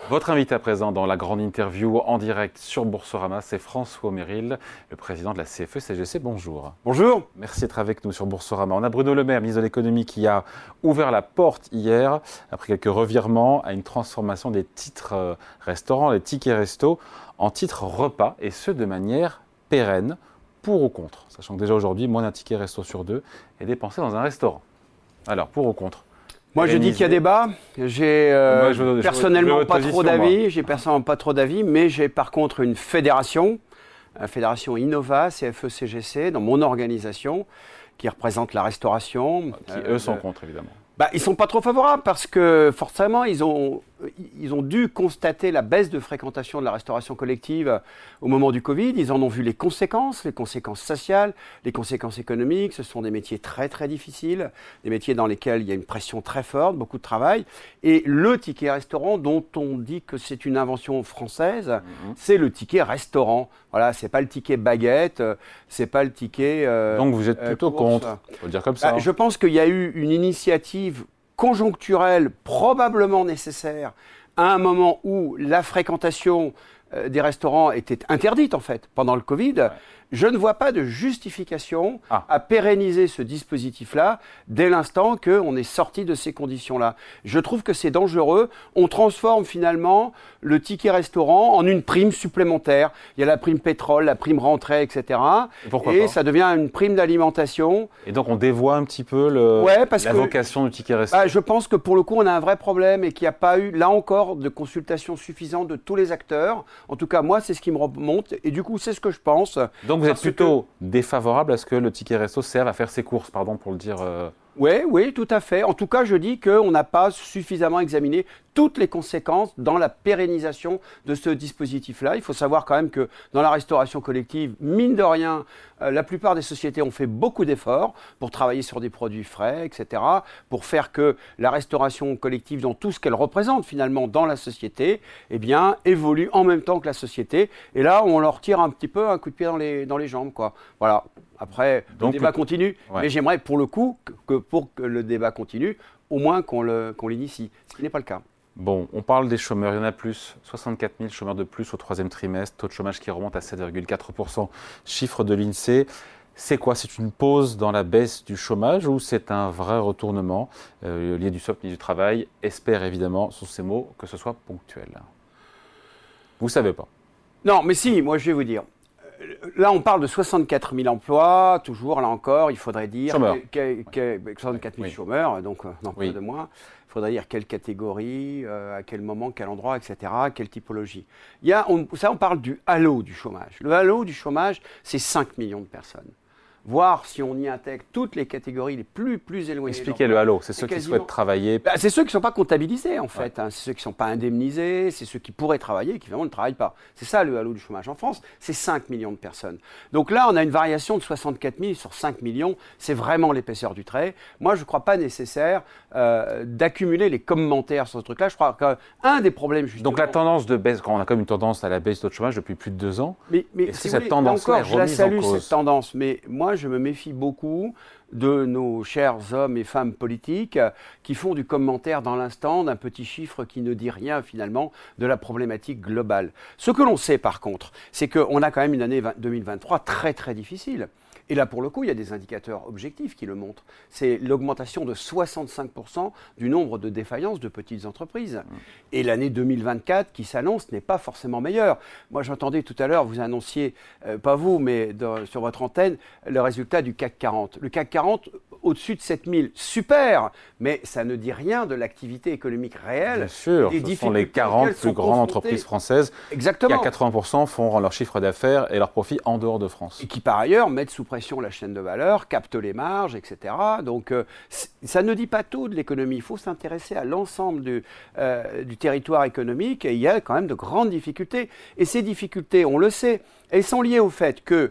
Votre invité à présent dans la grande interview en direct sur Boursorama, c'est François Merrill, le président de la CFE-CGC. Bonjour. Bonjour. Merci d'être avec nous sur Boursorama. On a Bruno Le Maire, ministre de l'économie, qui a ouvert la porte hier, après quelques revirements, à une transformation des titres restaurants, les tickets resto, en titres repas, et ce de manière pérenne, pour ou contre. Sachant que déjà aujourd'hui, moins d'un ticket resto sur deux est dépensé dans un restaurant. Alors, pour ou contre? Moi, je dis qu'il y a débat. J'ai personnellement pas trop d'avis. J'ai personnellement pas trop d'avis, mais j'ai par contre une fédération, la fédération Innova, CFE-CGC, dans mon organisation, qui représente la restauration. Qui, eux, sont contre, évidemment. Ils ne sont pas trop favorables parce que forcément, ils ont dû constater la baisse de fréquentation de la restauration collective au moment du Covid. Ils en ont vu les conséquences sociales, les conséquences économiques. Ce sont des métiers très, très difficiles, des métiers dans lesquels il y a une pression très forte, beaucoup de travail. Et le ticket restaurant, dont on dit que c'est une invention française, c'est le ticket restaurant. Voilà, c'est pas le ticket baguette, c'est pas le ticket... Donc vous êtes plutôt contre, il faut le dire comme ça. Je pense qu'il y a eu une initiative conjoncturelle probablement nécessaire à un moment où la fréquentation des restaurants était interdite en fait pendant le Covid. Ouais. Je ne vois pas de justification à pérenniser ce dispositif-là dès l'instant qu'on est sorti de ces conditions-là. Je trouve que c'est dangereux. On transforme finalement le ticket restaurant en une prime supplémentaire. Il y a la prime pétrole, la prime rentrée, etc. Et ça devient une prime d'alimentation. Et donc on dévoie un petit peu la vocation du ticket restaurant. Je pense que pour le coup, on a un vrai problème et qu'il n'y a pas eu, là encore, de consultation suffisante de tous les acteurs. En tout cas, moi, c'est ce qui me remonte. Et du coup, c'est ce que je pense. Donc vous êtes plutôt défavorable à ce que le ticket resto serve à faire ses courses, pardon pour le dire. Oui, tout à fait. En tout cas, je dis qu'on n'a pas suffisamment examiné toutes les conséquences dans la pérennisation de ce dispositif-là. Il faut savoir quand même que dans la restauration collective, mine de rien, la plupart des sociétés ont fait beaucoup d'efforts pour travailler sur des produits frais, etc., pour faire que la restauration collective, dans tout ce qu'elle représente finalement dans la société, évolue en même temps que la société. Et là, on leur tire un petit peu un coup de pied dans les jambes, quoi. Voilà. Après, le débat continue, mais j'aimerais pour le coup que pour que le débat continue, au moins qu'on l'initie, ce qui n'est pas le cas. Bon, on parle des chômeurs, il y en a plus, 64 000 chômeurs de plus au troisième trimestre, taux de chômage qui remonte à 7,4%, chiffre de l'INSEE. C'est quoi? C'est une pause dans la baisse du chômage ou c'est un vrai retournement? Lié du SOC, du travail, espère évidemment, sous ces mots, que ce soit ponctuel. Vous ne savez pas? Non, mais si, moi je vais vous dire. Là, on parle de 64 000 emplois, toujours, là encore, il faudrait dire... 64 000 chômeurs, donc peu de moins. Il faudrait dire quelle catégorie, à quel moment, quel endroit, etc., quelle typologie. On parle du halo du chômage. Le halo du chômage, c'est 5 millions de personnes. Voir si on y intègre toutes les catégories les plus éloignées. Expliquez le halo, c'est ceux qui souhaitent travailler. C'est ceux qui ne sont pas comptabilisés en fait, c'est ceux qui ne sont pas indemnisés, c'est ceux qui pourraient travailler et qui finalement ne travaillent pas. C'est ça le halo du chômage en France, c'est 5 millions de personnes. Donc là, on a une variation de 64 000 sur 5 millions, c'est vraiment l'épaisseur du trait. Moi, je ne crois pas nécessaire d'accumuler les commentaires sur ce truc-là. Je crois qu'un des problèmes justement... Donc la tendance de baisse, quand on a comme une tendance à la baisse du taux de chômage depuis plus de 2 ans, mais est-ce que cette tendance-là est remise en cause? Je la salue cette tendance, mais moi, je me méfie beaucoup de nos chers hommes et femmes politiques qui font du commentaire dans l'instant d'un petit chiffre qui ne dit rien finalement de la problématique globale. Ce que l'on sait par contre, c'est qu'on a quand même une année 2023 très très difficile. Et là, pour le coup, il y a des indicateurs objectifs qui le montrent. C'est l'augmentation de 65% du nombre de défaillances de petites entreprises. Et l'année 2024 qui s'annonce n'est pas forcément meilleure. Moi, j'entendais tout à l'heure, vous annonciez, pas vous, mais sur votre antenne, le résultat du CAC 40. Le CAC 40, au-dessus de 7000, super, mais ça ne dit rien de l'activité économique réelle. Bien sûr, ce sont les 40 plus grandes entreprises françaises qui, à 80%, font leur chiffre d'affaires et leurs profits en dehors de France. Et qui, par ailleurs, mettent sous pression la chaîne de valeur, captent les marges, etc. Donc, ça ne dit pas tout de l'économie. Il faut s'intéresser à l'ensemble du territoire économique et il y a quand même de grandes difficultés. Et ces difficultés, on le sait, elles sont liées au fait que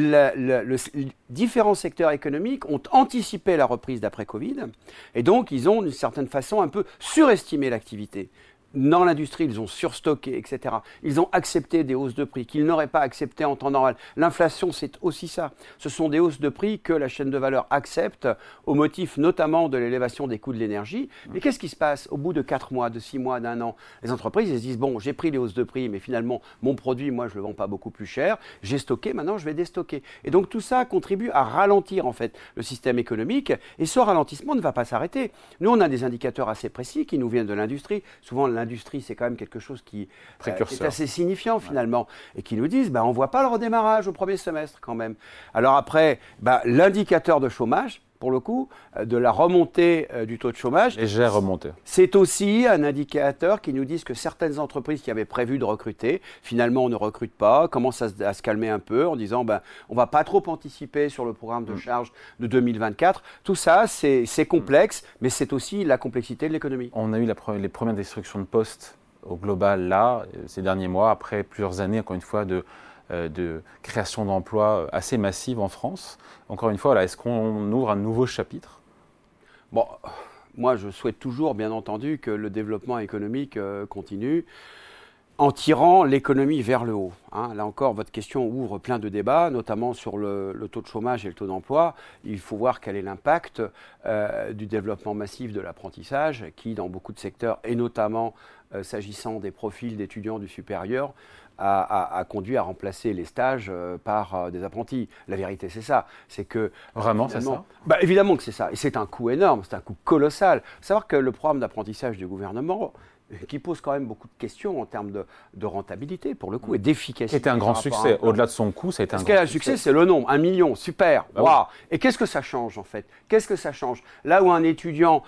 différents secteurs économiques ont anticipé la reprise d'après Covid et donc ils ont d'une certaine façon un peu surestimé l'activité. dans l'industrie, ils ont surstocké, etc. Ils ont accepté des hausses de prix qu'ils n'auraient pas acceptées en temps normal. L'inflation, c'est aussi ça. Ce sont des hausses de prix que la chaîne de valeur accepte au motif notamment de l'élévation des coûts de l'énergie. Mais qu'est-ce qui se passe au bout de 4 mois, de 6 mois, d'1 an? Les entreprises, elles se disent, bon, j'ai pris les hausses de prix, mais finalement, mon produit, moi, je ne le vends pas beaucoup plus cher. J'ai stocké, maintenant, je vais déstocker. Et donc, tout ça contribue à ralentir, en fait, le système économique. Et ce ralentissement ne va pas s'arrêter. Nous, on a des indicateurs assez précis qui nous viennent de l'industrie. Souvent, l'industrie, c'est quand même quelque chose qui est assez signifiant finalement, et qui nous disent, on ne voit pas le redémarrage au premier semestre quand même. Alors après, l'indicateur de chômage, pour le coup, de la remontée du taux de chômage. Légère remontée. C'est aussi un indicateur qui nous dit que certaines entreprises qui avaient prévu de recruter, finalement on ne recrute pas, commencent à se calmer un peu en disant on ne va pas trop anticiper sur le programme de charge de 2024. Tout ça, c'est complexe, mais c'est aussi la complexité de l'économie. On a eu les premières destructions de postes au global là, ces derniers mois, après plusieurs années, encore une fois, de création d'emplois assez massive en France. Encore une fois, est-ce qu'on ouvre un nouveau chapitre? Bon, moi je souhaite toujours, bien entendu, que le développement économique continue en tirant l'économie vers le haut. Là encore, votre question ouvre plein de débats, notamment sur le taux de chômage et le taux d'emploi. Il faut voir quel est l'impact du développement massif de l'apprentissage, qui, dans beaucoup de secteurs, et notamment s'agissant des profils d'étudiants du supérieur, a conduit à remplacer les stages par des apprentis. La vérité, c'est ça. C'est que vraiment, c'est ça. Évidemment que c'est ça. Et c'est un coût énorme, c'est un coût colossal. Il faut savoir que le programme d'apprentissage du gouvernement, qui pose quand même beaucoup de questions en termes de rentabilité, pour le coup, et d'efficacité. C'était un grand succès. Au-delà de son coût, ça a été un grand succès. Ce qui a un succès, c'est le nombre. 1 million, super. Wow. Oui. Et qu'est-ce que ça change, en fait? Qu'est-ce que ça change? Là où un étudiant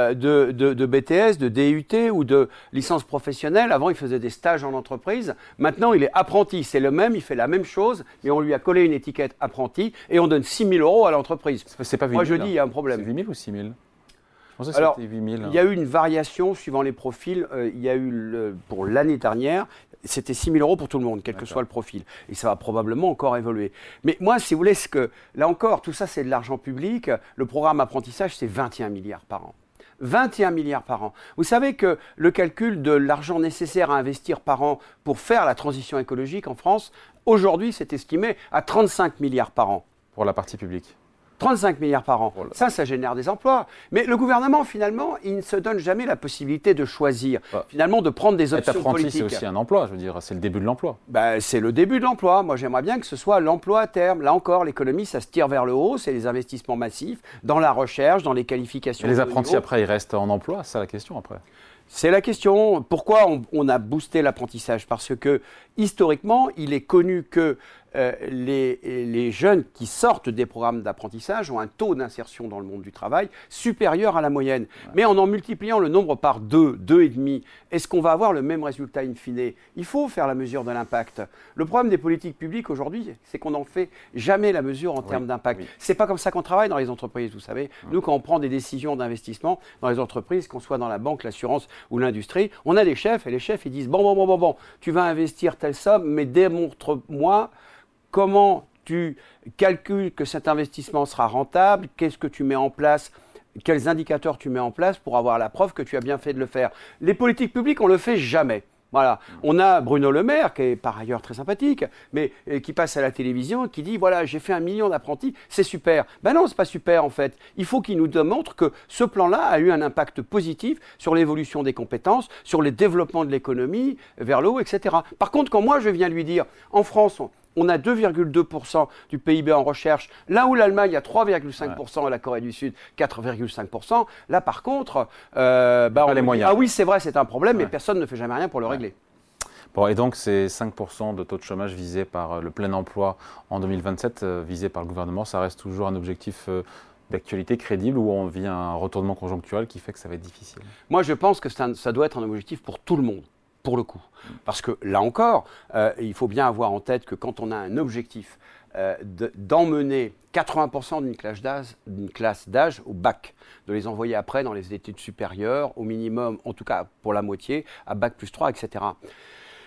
de BTS, de DUT ou de licence professionnelle, avant, il faisait des stages en entreprise. Maintenant, il est apprenti. C'est le même, il fait la même chose, mais on lui a collé une étiquette apprenti et on donne 6 000 € à l'entreprise. C'est pas 8 000, moi, je dis, il y a un problème. C'est 8 000 ou 6 000? Alors, il y a eu une variation suivant les profils. Il y a eu, pour l'année dernière, c'était 6 000 € pour tout le monde, quel que soit le profil. Et ça va probablement encore évoluer. Mais moi, si vous voulez, là encore, tout ça, c'est de l'argent public. Le programme apprentissage, c'est 21 milliards par an. 21 milliards par an. Vous savez que le calcul de l'argent nécessaire à investir par an pour faire la transition écologique en France, aujourd'hui, c'est estimé à 35 milliards par an. Pour la partie publique. 35 milliards par an. Ça génère des emplois. Mais le gouvernement, finalement, il ne se donne jamais la possibilité de choisir, finalement, de prendre des options politiques. C'est aussi un emploi, je veux dire, c'est le début de l'emploi. C'est le début de l'emploi. Moi, j'aimerais bien que ce soit l'emploi à terme. Là encore, l'économie, ça se tire vers le haut, c'est les investissements massifs dans la recherche, dans les qualifications. Et les apprentis, après, ils restent en emploi? C'est la question, après. C'est la question. Pourquoi on a boosté l'apprentissage? Parce que, historiquement, il est connu que les jeunes qui sortent des programmes d'apprentissage ont un taux d'insertion dans le monde du travail supérieur à la moyenne. Ouais. Mais en multipliant le nombre par 2, 2,5, est-ce qu'on va avoir le même résultat in fine? Il faut faire la mesure de l'impact. Le problème des politiques publiques aujourd'hui, c'est qu'on n'en fait jamais la mesure en termes d'impact. Oui. C'est pas comme ça qu'on travaille dans les entreprises, vous savez. Nous, quand on prend des décisions d'investissement dans les entreprises, qu'on soit dans la banque, l'assurance ou l'industrie, on a des chefs et les chefs, ils disent bon, tu vas investir telle somme, mais démontre-moi comment tu calcules que cet investissement sera rentable, qu'est-ce que tu mets en place, quels indicateurs tu mets en place pour avoir la preuve que tu as bien fait de le faire. Les politiques publiques, on ne le fait jamais. Voilà. On a Bruno Le Maire, qui est par ailleurs très sympathique, mais qui passe à la télévision, qui dit, voilà, j'ai fait 1 million d'apprentis, c'est super. Ben non, c'est pas super en fait. Il faut qu'il nous démontre que ce plan-là a eu un impact positif sur l'évolution des compétences, sur le développement de l'économie vers le haut, etc. Par contre, quand moi je viens lui dire, en France, on a 2,2% du PIB en recherche, là où l'Allemagne a 3,5% et la Corée du Sud 4,5%. Là, par contre, les moyens. Ah oui, c'est vrai, c'est un problème, mais personne ne fait jamais rien pour le régler. Bon, et donc, ces 5% de taux de chômage visés par le plein emploi en 2027, visés par le gouvernement, ça reste toujours un objectif d'actualité crédible ou on vit un retournement conjoncturel qui fait que ça va être difficile? Moi, je pense que ça doit être un objectif pour tout le monde. Pour le coup. Parce que là encore, il faut bien avoir en tête que quand on a un objectif d'emmener 80% d'une classe d'âge au bac, de les envoyer après dans les études supérieures, au minimum, en tout cas pour la moitié, à bac plus 3, etc.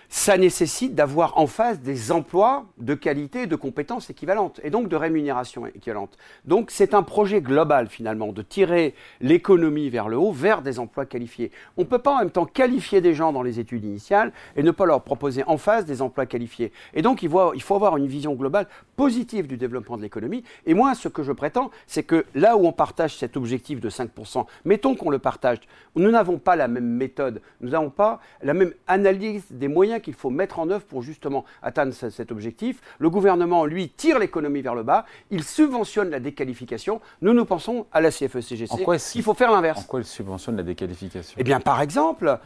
ça nécessite d'avoir en face des emplois de qualité, de compétences équivalentes et donc de rémunération équivalente. Donc c'est un projet global finalement de tirer l'économie vers le haut, vers des emplois qualifiés. On ne peut pas en même temps qualifier des gens dans les études initiales et ne pas leur proposer en face des emplois qualifiés. Et donc il faut avoir une vision globale positive du développement de l'économie. Et moi, ce que je prétends, c'est que là où on partage cet objectif de 5%, mettons qu'on le partage, nous n'avons pas la même méthode, nous n'avons pas la même analyse des moyens qu'il faut mettre en œuvre pour justement atteindre cet objectif. Le gouvernement, lui, tire l'économie vers le bas, il subventionne la déqualification. Nous pensons à la CFE-CGC qu'il faut faire l'inverse. En quoi il subventionne la déqualification ? Eh bien, par exemple,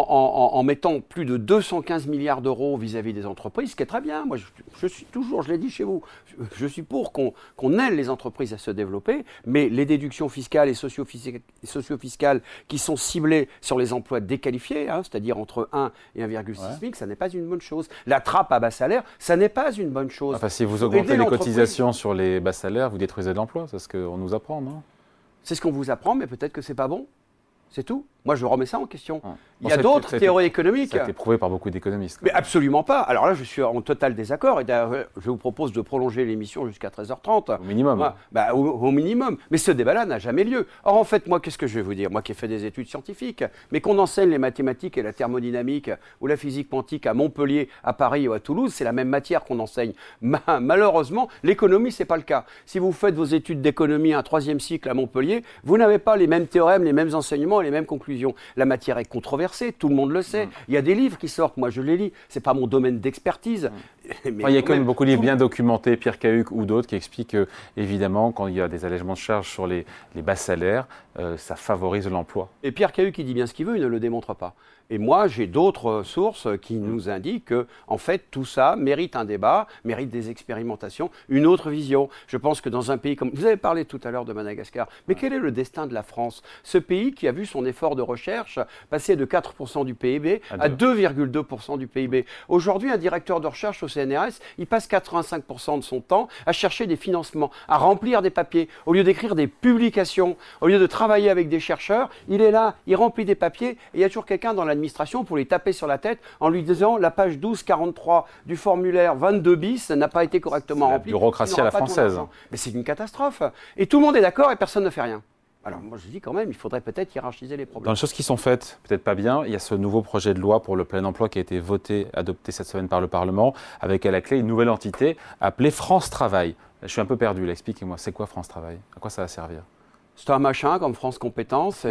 en mettant plus de 215 milliards d'euros vis-à-vis des entreprises, ce qui est très bien. Moi, je suis toujours, je l'ai dit chez vous, je suis pour qu'on aide les entreprises à se développer, mais les déductions fiscales et socio-fiscales qui sont ciblées sur les emplois déqualifiés, c'est-à-dire entre 1 et 1,6 SMIC, ça n'est pas une bonne chose. La trappe à bas salaire, ça n'est pas une bonne chose. Enfin, si vous augmentez les cotisations sur les bas salaires, vous détruisez de l'emploi, c'est ce qu'on nous apprend, non ? C'est ce qu'on vous apprend, mais peut-être que c'est pas bon. C'est tout. Moi, je remets ça en question. Il y a d'autres théories économiques. Ça a été prouvé par beaucoup d'économistes. Mais absolument pas. Alors là, je suis en total désaccord. Et d'ailleurs, je vous propose de prolonger l'émission jusqu'à 13h30. Au minimum. Au minimum. Mais ce débat-là n'a jamais lieu. Or, en fait, moi, qu'est-ce que je vais vous dire ? Moi qui ai fait des études scientifiques, mais qu'on enseigne les mathématiques et la thermodynamique ou la physique quantique à Montpellier, à Paris ou à Toulouse, c'est la même matière qu'on enseigne. Malheureusement, l'économie, c'est pas le cas. Si vous faites vos études d'économie un 3e cycle à Montpellier, vous n'avez pas les mêmes théorèmes, les mêmes enseignements et les mêmes conclusions. La matière est controversée, tout le monde le sait. Il y a des livres qui sortent, moi je les lis, c'est pas mon domaine d'expertise. Mais il y a quand même beaucoup de livres bien documentés, Pierre Cahuc ou d'autres, qui expliquent que, évidemment, quand il y a des allègements de charges sur les bas salaires, ça favorise l'emploi. Et Pierre Cahuc, il dit bien ce qu'il veut, il ne le démontre pas. Et moi, j'ai d'autres sources qui nous indiquent que, en fait, tout ça mérite un débat, mérite des expérimentations, une autre vision. Je pense que dans un pays comme... Vous avez parlé tout à l'heure de Madagascar, mais quel est le destin de la France ? Ce pays qui a vu son effort de recherche passer de 4% du PIB à 2,2% du PIB. Aujourd'hui, un directeur de recherche au CNRS, il passe 85% de son temps à chercher des financements, à remplir des papiers. Au lieu d'écrire des publications, au lieu de travailler avec des chercheurs, il est là, il remplit des papiers, et il y a toujours quelqu'un dans l'administration pour les taper sur la tête en lui disant la page 1243 du formulaire 22 bis n'a pas été correctement remplie. La bureaucratie à la française. Mais c'est une catastrophe. Et tout le monde est d'accord et personne ne fait rien. Alors moi je dis quand même, il faudrait peut-être hiérarchiser les problèmes. Dans les choses qui sont faites, peut-être pas bien, il y a ce nouveau projet de loi pour le plein emploi qui a été adopté cette semaine par le Parlement, avec à la clé une nouvelle entité appelée France Travail. Je suis un peu perdu là, expliquez-moi, c'est quoi France Travail ? À quoi ça va servir ? C'est un machin comme France Compétences,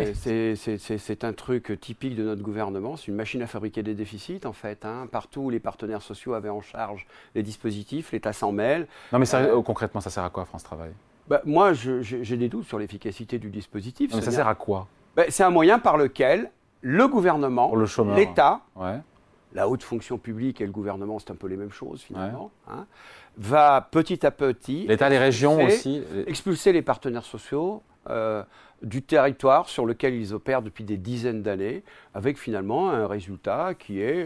c'est un truc typique de notre gouvernement, c'est une machine à fabriquer des déficits en fait. Partout où les partenaires sociaux avaient en charge les dispositifs, l'État s'en mêle. Non mais concrètement, ça sert à quoi France Travail ? Moi, j'ai des doutes sur l'efficacité du dispositif. Non, mais ça sert à quoi ? C'est un moyen par lequel le gouvernement, l'État, la haute fonction publique et le gouvernement, c'est un peu les mêmes choses finalement, va petit à petit... L'État, les régions aussi. Expulser les partenaires sociaux du territoire sur lequel ils opèrent depuis des dizaines d'années, avec finalement un résultat qui est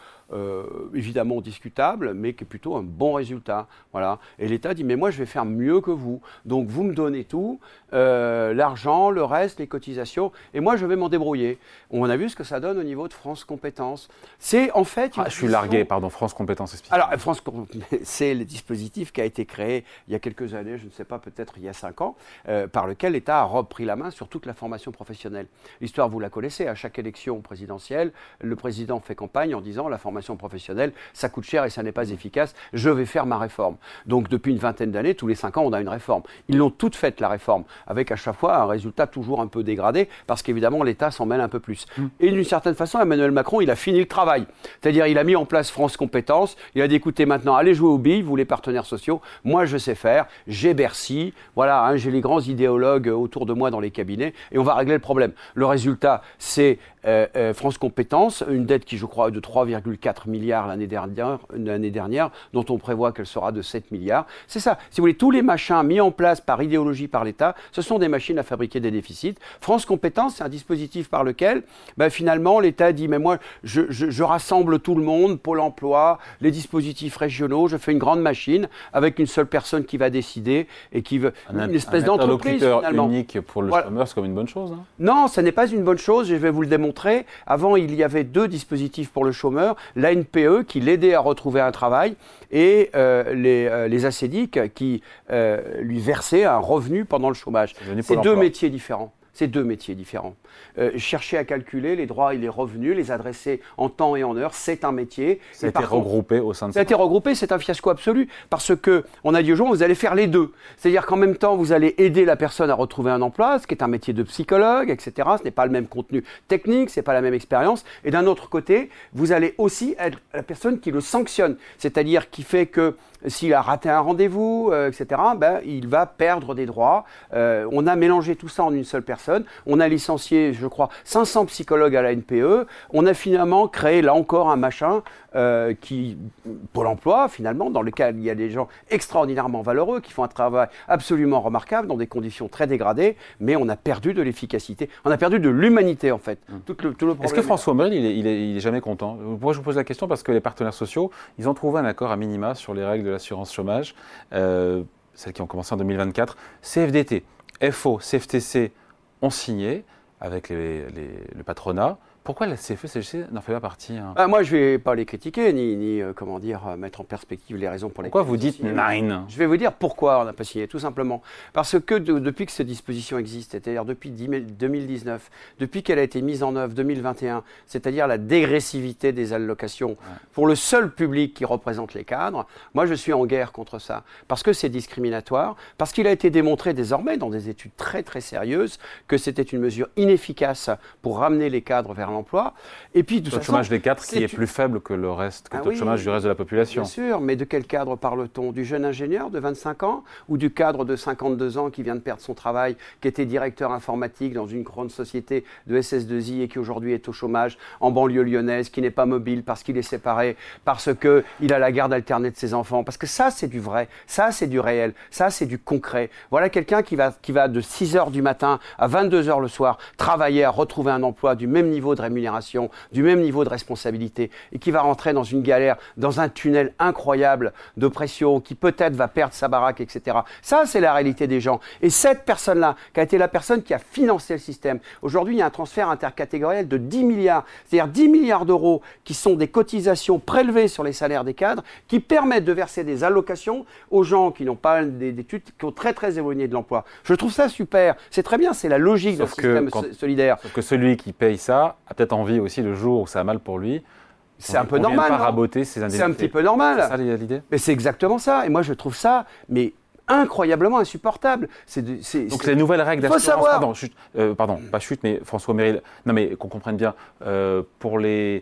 évidemment discutable, mais qui est plutôt un bon résultat. Voilà. Et l'État dit, mais moi je vais faire mieux que vous. Donc vous me donnez tout, l'argent, le reste, les cotisations, et moi je vais m'en débrouiller. On a vu ce que ça donne au niveau de France Compétences. C'est en fait... je suis largué, pardon, France Compétences, expliquez. Alors, c'est le dispositif qui a été créé il y a quelques années, je ne sais pas, peut-être il y a 5 ans, par lequel l'État a repris la main sur toute la formation professionnelle. L'histoire, vous la connaissez, à chaque élection présidentielle, le président fait campagne en disant la formation professionnelle, ça coûte cher et ça n'est pas efficace, je vais faire ma réforme. Donc depuis une vingtaine d'années, tous les 5 ans, on a une réforme. Ils l'ont toute faite, la réforme, avec à chaque fois un résultat toujours un peu dégradé, parce qu'évidemment, l'État s'en mêle un peu plus. Et d'une certaine façon, Emmanuel Macron, il a fini le travail. C'est-à-dire, il a mis en place France Compétences, il a dit, écoutez, maintenant, allez jouer aux billes, vous les partenaires sociaux, moi je sais faire, j'ai Bercy, voilà, j'ai les grands idéologues autour de moi dans les cabinets, et on va régler le problème. Le résultat, c'est France Compétences, une dette qui, je crois, est de 3,4 milliards l'année dernière, dont on prévoit qu'elle sera de 7 milliards. C'est ça. Si vous voulez, tous les machins mis en place par idéologie par l'État, ce sont des machines à fabriquer des déficits. France Compétences, c'est un dispositif par lequel, finalement, l'État dit, mais moi, je rassemble tout le monde, Pôle emploi, les dispositifs régionaux, je fais une grande machine avec une seule personne qui va décider et qui veut une espèce d'entreprise, finalement. Unique pour le chômeurs, c'est comme une bonne chose. Hein. Non, ce n'est pas une bonne chose, je vais vous le démontrer. Avant, il y avait 2 dispositifs pour le chômeur, l'ANPE qui l'aidait à retrouver un travail et les ACDIC qui lui versaient un revenu pendant le chômage. C'est 2 métiers différents. C'est 2 métiers différents. Chercher à calculer les droits et les revenus, les adresser en temps et en heure, c'est un métier. Ça a été regroupé au sein de ça. Ça a été regroupé, c'est un fiasco absolu. Parce qu'on a dit aux gens, vous allez faire les 2. C'est-à-dire qu'en même temps, vous allez aider la personne à retrouver un emploi, ce qui est un métier de psychologue, etc. Ce n'est pas le même contenu technique, ce n'est pas la même expérience. Et d'un autre côté, vous allez aussi être la personne qui le sanctionne. C'est-à-dire qui fait que s'il a raté un rendez-vous, etc., il va perdre des droits. On a mélangé tout ça en une seule personne. On a licencié, je crois, 500 psychologues à la NPE. On a finalement créé, là encore, un machin Pôle emploi, finalement, dans lequel il y a des gens extraordinairement valeureux qui font un travail absolument remarquable dans des conditions très dégradées, mais on a perdu de l'efficacité. On a perdu de l'humanité, en fait. Tout le problème. Est-ce que François Morel, il est jamais content? Pourquoi je vous pose la question? Parce que les partenaires sociaux, ils ont trouvé un accord à minima sur les règles de l'assurance chômage, celles qui ont commencé en 2024. CFDT, FO, CFTC ont signé avec le patronat. Pourquoi la CFE-CGC n'en fait pas partie Moi, je ne vais pas les critiquer, ni mettre en perspective les raisons pour lesquelles. Pourquoi vous dites nine? Je vais vous dire pourquoi on n'a pas signé, tout simplement. Parce que depuis que cette disposition existe, c'est-à-dire depuis 2019, depuis qu'elle a été mise en œuvre 2021, c'est-à-dire la dégressivité des allocations pour le seul public qui représente les cadres, moi, je suis en guerre contre ça. Parce que c'est discriminatoire, parce qu'il a été démontré désormais dans des études très, très sérieuses que c'était une mesure inefficace pour ramener les cadres vers l'emploi. Et puis, le taux de chômage des cadres qui est plus faible que le reste, que le taux de chômage du reste de la population. Bien sûr, mais de quel cadre parle-t-on? Du jeune ingénieur de 25 ans ou du cadre de 52 ans qui vient de perdre son travail, qui était directeur informatique dans une grande société de SS2I et qui aujourd'hui est au chômage en banlieue lyonnaise, qui n'est pas mobile parce qu'il est séparé, parce qu'il a la garde alternée de ses enfants? Parce que ça, c'est du vrai, ça, c'est du réel, ça, c'est du concret. Voilà quelqu'un qui va de 6 h du matin à 22 h le soir travailler à retrouver un emploi du même niveau de rémunération, du même niveau de responsabilité et qui va rentrer dans une galère, dans un tunnel incroyable d'oppression, qui peut-être va perdre sa baraque, etc. Ça, c'est la réalité des gens. Et cette personne-là, qui a été la personne qui a financé le système, aujourd'hui, il y a un transfert intercatégoriel de 10 milliards, c'est-à-dire 10 milliards d'euros qui sont des cotisations prélevées sur les salaires des cadres, qui permettent de verser des allocations aux gens qui n'ont pas d'études, qui sont très, très éloignés de l'emploi. Je trouve ça super. C'est très bien, c'est la logique d'un système solidaire. Sauf que celui qui paye ça a peut-être envie aussi le jour où ça a mal pour lui. C'est un peu normal. Pas raboter ses indemnités. C'est un petit peu normal. C'est ça l'idée. Mais c'est exactement ça. Et moi, je trouve ça, mais incroyablement insupportable. Donc les nouvelles règles d'assurance. Pardon, pas chute, mais François Morel. Non, mais qu'on comprenne bien. Pour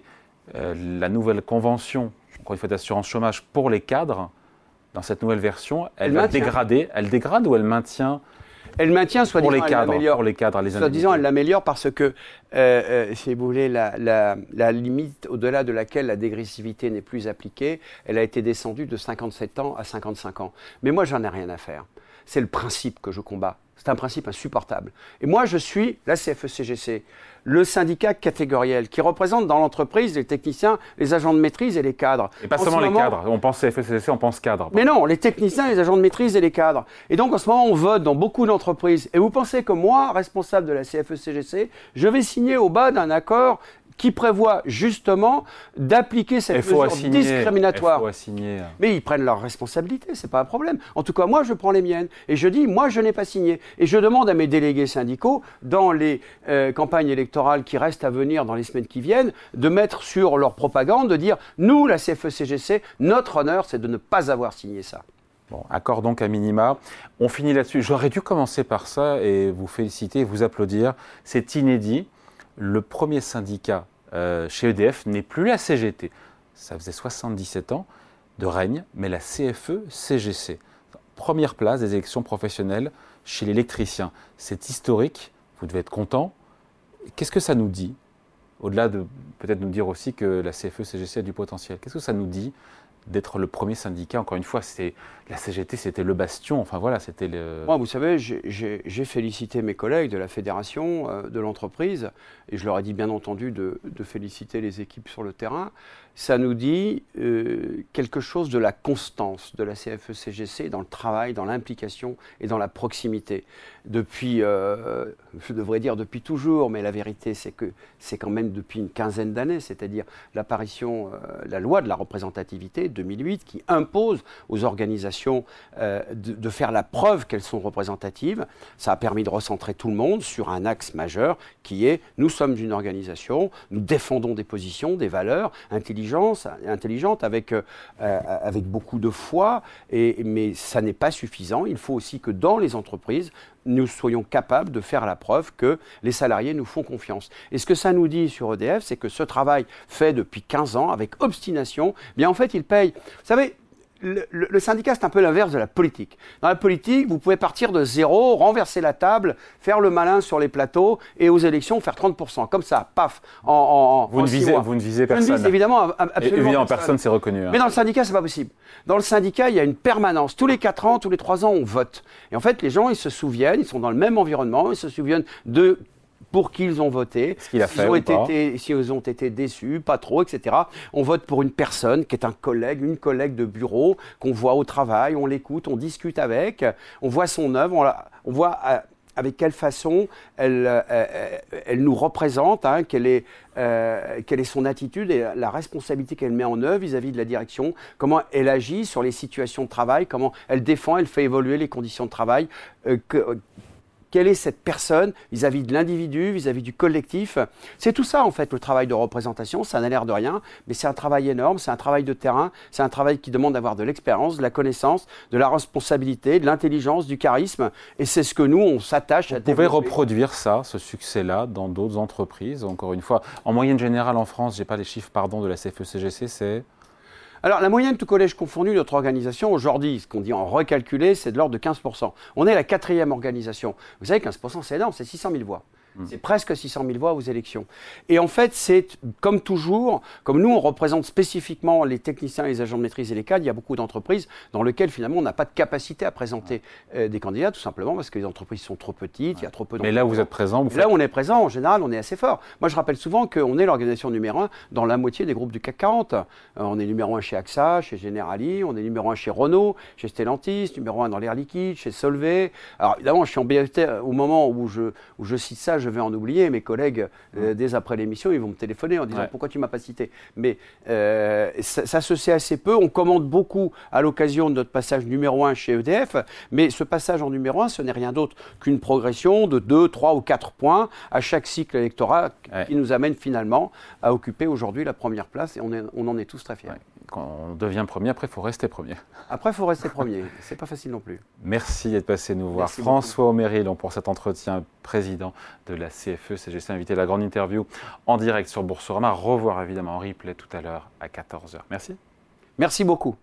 la nouvelle convention, encore une fois, d'assurance chômage pour les cadres, dans cette nouvelle version, elle va dégrader. Elle dégrade ou elle maintient? Elle maintient, soi-disant, elle l'améliore. Pour les cadres, les soi-disant, elle l'améliore parce que, si vous voulez, la limite au-delà de laquelle la dégressivité n'est plus appliquée, elle a été descendue de 57 ans à 55 ans. Mais moi, j'en ai rien à faire. C'est le principe que je combats. C'est un principe insupportable. Et moi, je suis la CFE-CGC, le syndicat catégoriel qui représente dans l'entreprise les techniciens, les agents de maîtrise et les cadres. Et pas seulement les cadres. On pense CFE-CGC, on pense cadres. Mais non, les techniciens, les agents de maîtrise et les cadres. Et donc, en ce moment, on vote dans beaucoup d'entreprises. Et vous pensez que moi, responsable de la CFE-CGC, je vais signer au bas d'un accord qui prévoit justement d'appliquer cette mesure discriminatoire. Mais ils prennent leurs responsabilités, c'est pas un problème. En tout cas, moi, je prends les miennes et je dis, moi, je n'ai pas signé. Et je demande à mes délégués syndicaux, dans les campagnes électorales qui restent à venir dans les semaines qui viennent, de mettre sur leur propagande, de dire, nous, la CFE-CGC, notre honneur, c'est de ne pas avoir signé ça. Bon, accord donc à minima. On finit là-dessus. J'aurais dû commencer par ça et vous féliciter et vous applaudir. C'est inédit. Le premier syndicat chez EDF n'est plus la CGT. Ça faisait 77 ans de règne, mais la CFE-CGC. Première place des élections professionnelles chez l'électricien. C'est historique, vous devez être content. Qu'est-ce que ça nous dit? Au-delà de peut-être nous dire aussi que la CFE-CGC a du potentiel. Qu'est-ce que ça nous dit d'être le premier syndicat. Encore une fois, la CGT, c'était le bastion. Enfin voilà, c'était le... Moi, vous savez, j'ai félicité mes collègues de la fédération, de l'entreprise, et je leur ai dit bien entendu de féliciter les équipes sur le terrain. Ça nous dit quelque chose de la constance de la CFE-CGC dans le travail, dans l'implication et dans la proximité. Depuis, je devrais dire depuis toujours, mais la vérité c'est que c'est quand même depuis une quinzaine d'années, c'est-à-dire l'apparition, la loi de la représentativité 2008 qui impose aux organisations de faire la preuve qu'elles sont représentatives. Ça a permis de recentrer tout le monde sur un axe majeur qui est nous sommes une organisation, nous défendons des positions, des valeurs intelligentes avec beaucoup de foi, mais ça n'est pas suffisant. Il faut aussi que dans les entreprises, nous soyons capables de faire la preuve que les salariés nous font confiance. Et ce que ça nous dit sur EDF, c'est que ce travail fait depuis 15 ans, avec obstination, bien en fait, il paye. Vous savez, le syndicat, c'est un peu l'inverse de la politique. Dans la politique, vous pouvez partir de zéro, renverser la table, faire le malin sur les plateaux et aux élections faire 30%. Comme ça, paf, vous ne visez personne. Je ne vise évidemment absolument personne s'est reconnu. Hein. Mais dans le syndicat, c'est pas possible. Dans le syndicat, il y a une permanence. Tous les 4 ans, tous les 3 ans, on vote. Et en fait, les gens, ils se souviennent, ils sont dans le même environnement, ils se souviennent de pour qui ils ont voté, s'ils ont été déçus, pas trop, etc. On vote pour une personne qui est une collègue de bureau, qu'on voit au travail, on l'écoute, on discute avec, on voit son œuvre, on voit avec quelle façon elle nous représente, hein, quelle est son attitude et la responsabilité qu'elle met en œuvre vis-à-vis de la direction, comment elle agit sur les situations de travail, comment elle défend, elle fait évoluer les conditions de travail, quelle est cette personne vis-à-vis de l'individu, vis-à-vis du collectif. C'est tout ça, en fait, le travail de représentation. Ça n'a l'air de rien, mais c'est un travail énorme, c'est un travail de terrain, c'est un travail qui demande d'avoir de l'expérience, de la connaissance, de la responsabilité, de l'intelligence, du charisme. Et c'est ce que nous, on s'attache à développer. Vous pouvez reproduire ça, ce succès-là, dans d'autres entreprises. Encore une fois, en moyenne générale, en France, je n'ai pas les chiffres, de la CFE-CGC, c'est... Alors, la moyenne, tout collège confondu, notre organisation, aujourd'hui, ce qu'on dit en recalculé, c'est de l'ordre de 15%. On est la 4e organisation. Vous savez, 15%, c'est énorme, c'est 600 000 voix. C'est presque 600 000 voix aux élections. Et en fait, c'est comme toujours, comme nous, on représente spécifiquement les techniciens, les agents de maîtrise et les cadres, il y a beaucoup d'entreprises dans lesquelles, finalement, on n'a pas de capacité à présenter des candidats, tout simplement parce que les entreprises sont trop petites, il y a trop peu d'entreprises. Mais là, vous êtes présent. Là où on est présent, en général, on est assez fort. Moi, je rappelle souvent qu'on est l'organisation numéro 1 dans la moitié des groupes du CAC 40. On est numéro 1 chez AXA, chez Generali, on est numéro 1 chez Renault, chez Stellantis, numéro 1 dans l'air liquide, chez Solvay. Alors, évidemment, je suis embêté au moment où je cite ça, je vais en oublier. Mes collègues, dès après l'émission, ils vont me téléphoner en disant pourquoi tu m'as pas cité. Mais ça se sait assez peu. On commande beaucoup à l'occasion de notre passage numéro 1 chez EDF. Mais ce passage en numéro 1, ce n'est rien d'autre qu'une progression de 2, 3 ou 4 points à chaque cycle électoral qui nous amène finalement à occuper aujourd'hui la première place. Et on en est tous très fiers. Ouais. Quand on devient premier, après, il faut rester premier. Après, il faut rester premier. C'est pas facile non plus. Merci d'être passé nous voir. Merci François Aumery, pour cet entretien, président de la CFE-CGC, invité à la grande interview en direct sur Boursorama. Revoir évidemment en replay tout à l'heure à 14h. Merci. Merci beaucoup.